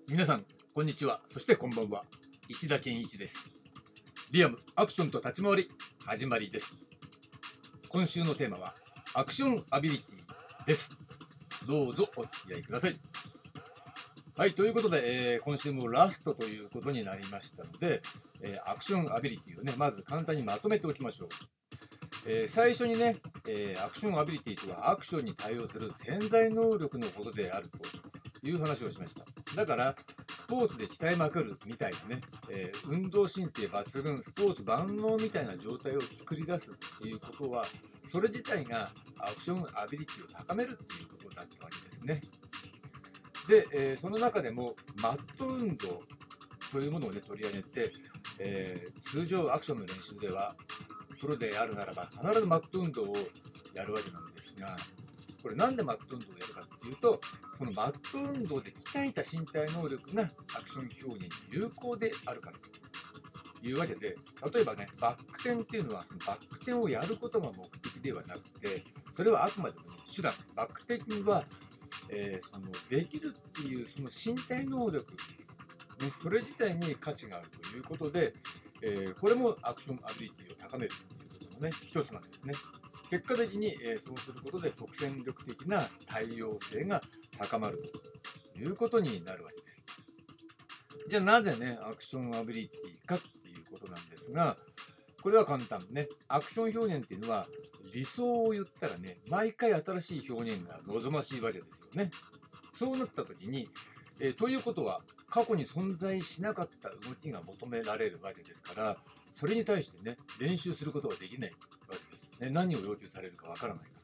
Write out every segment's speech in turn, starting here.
皆さんこんにちは。そしてこんばんは。石田健一です。リアムアクションと立ち回り始まりです。今週のテーマはアクションアビリティです。どうぞお付き合いください。はい、ということで、今週もラストということになりましたので、アクションアビリティをね、まず簡単にまとめておきましょう。最初にね、アクションアビリティとはアクションに対応する潜在能力のことであるという話をしました。だからスポーツで鍛えまくるみたいなね、運動神経抜群、スポーツ万能みたいな状態を作り出すということは、それ自体がアクションアビリティを高めるということだったわけですね。で、その中でもマット運動というものを、ね、取り上げて、通常アクションの練習ではプロであるならば必ずマット運動をやるわけなんですが、これなんでマット運動をやるかっていうと、このマット運動で鍛えた身体能力がアクション表現に有効であるからというわけで、例えばね、バック転っていうのはバック転をやることが目的ではなくて、それはあくまでも、ね、手段。バック転はそのできるっていうその身体能力、ね、それ自体に価値があるということで、これもアクションアビリティを高めるということの、ね、一つなんですね。結果的に、そうすることで即戦力的な対応性が高まるということになるわけです。じゃあなぜねアクションアビリティかっていうことなんですが、これは簡単ね。アクション表現っていうのは理想を言ったらね、毎回新しい表現が望ましいわけですよね。そうなった時に、ということは過去に存在しなかった動きが求められるわけですから、それに対してね練習することはできないわけですね。何を要求されるかわからないから。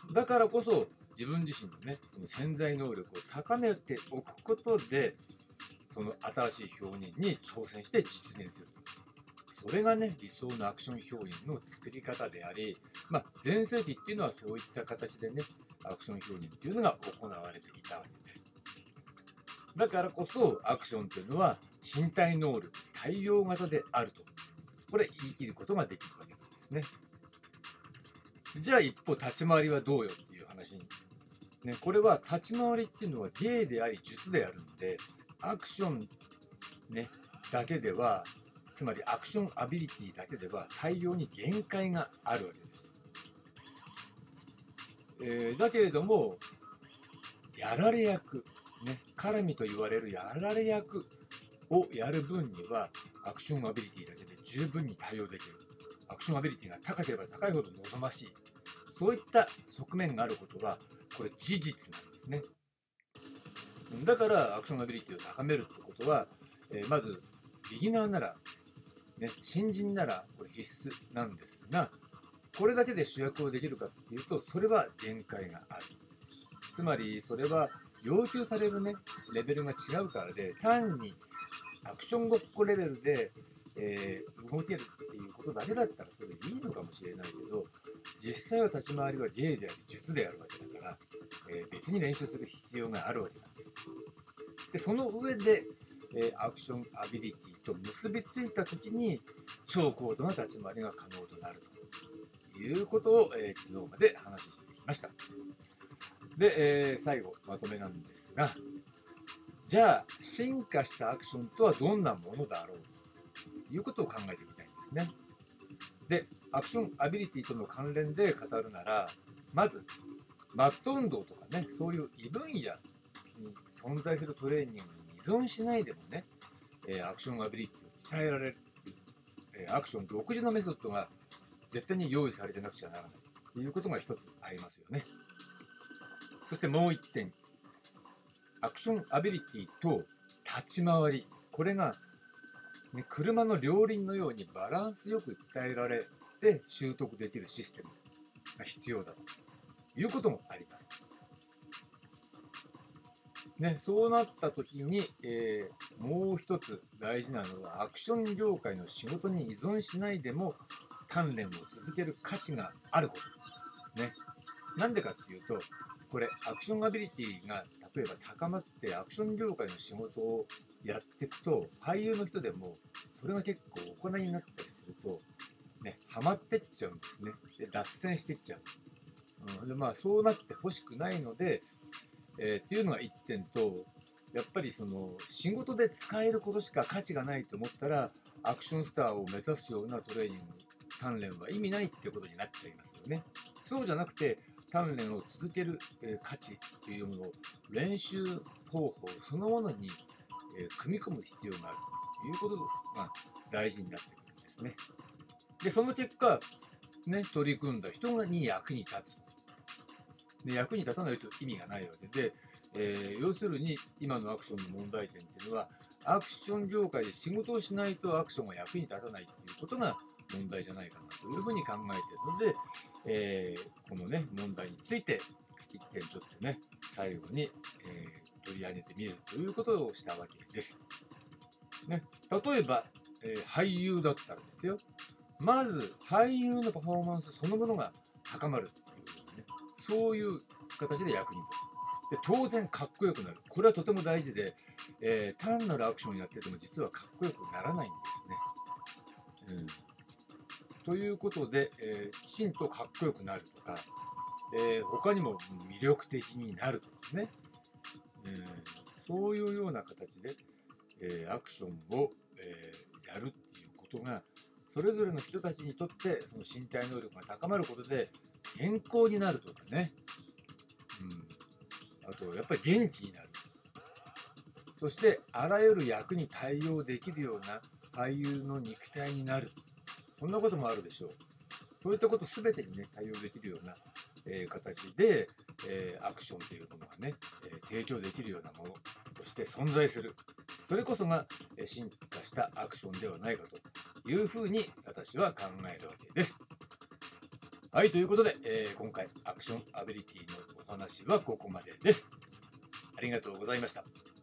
だからこそ自分自身のねその潜在能力を高めておくことで、その新しい表現に挑戦して実現する。それがね理想のアクション表現の作り方であり、前世紀っていうのはそういった形でねアクション表現っていうのが行われていたわけです。だからこそアクションっていうのは身体能力対応型であると、これ言い切ることができるわけなんですね。じゃあ一方立ち回りはどうよっていう話に、ね、これは立ち回りっていうのは芸であり術であるので、アクション、ね、だけでは、つまりアクションアビリティだけでは対応に限界があるわけです。だけれどもやられ役、ね、絡みと言われるやられ役をやる分にはアクションアビリティだけで十分に対応できる。アクションアビリティが高ければ高いほど望ましい。そういった側面があることはこれ事実なんですね。だからアクションアビリティを高めるってことは、まずビギナーなら、ね、新人ならこれ必須なんですが、これだけで主役をできるかっていうとそれは限界がある。つまりそれは要求されるねレベルが違うからで、単にアクションごっこレベルで、動けるっていうことだけだったらそれでいいのかもしれないけど、実際は立ち回りは芸であり術であるわけだから、別に練習する必要があるわけなんです。でその上で、アクションアビリティと結びついた時に超高度な立ち回りが可能となるということを、昨日まで話してきました。で、最後まとめなんですが、じゃあ進化したアクションとはどんなものだろうということを考えてみたいんですね。で、アクションアビリティとの関連で語るなら、まずマット運動とかね、そういう異分野に存在するトレーニングに依存しないでもね、アクションアビリティを鍛えられる、アクション独自のメソッドが絶対に用意されてなくちゃならないということが一つありますよね。そしてもう一点、アクションアビリティと立ち回り、これが、ね、車の両輪のようにバランスよく伝えられて習得できるシステムが必要だということもあります。ね、そうなった時に、もう一つ大事なのはアクション業界の仕事に依存しないでも鍛錬を続ける価値があること。ね、なんでかっていうと、これアクションアビリティが例えば高まってアクション業界の仕事をやっていくと、俳優の人でもそれが結構行いになったりすると、ね、ハマってっちゃうんですね。で脱線していっちゃう。でそうなってほしくないので、っていうのが1点と、 やっぱりその仕事で使えることしか価値がないと思ったら、アクションスターを目指すようなトレーニング鍛錬は意味ないってことになっちゃいますよね。そうじゃなくて、鍛錬を続ける価値というものを練習方法そのものに組み込む必要があるということが大事になってくるんですね。でその結果ね、取り組んだ人に役に立つ。で役に立たないと意味がないわけで、要するに今のアクションの問題点っていうのは、アクション業界で仕事をしないとアクションが役に立たないっていうことが問題じゃないかなというふうに考えているので、このね問題について一点ちょっとね最後に、取り上げてみるということをしたわけです。ね、例えば、俳優だったらですよ、まず俳優のパフォーマンスそのものが高まるっていう、ね、そういう形で役に立つ。で当然かっこよくなる。これはとても大事で、単なるアクションをやってても実はかっこよくならないんですね。ということで、きちんとかっこよくなるとか、他にも魅力的になるとかね、そういうような形で、アクションを、やるっていうことがそれぞれの人たちにとってその身体能力が高まることで健康になるとかね、あとやっぱり元気になる。そしてあらゆる役に対応できるような俳優の肉体になる。そんなこともあるでしょう。そういったこと全てにね対応できるような、形で、アクションというものがね、提供できるようなものとして存在する。それこそが進化したアクションではないかというふうに私は考えるわけです。はい、ということで、今回アクションアビリティのお話はここまでです。ありがとうございました。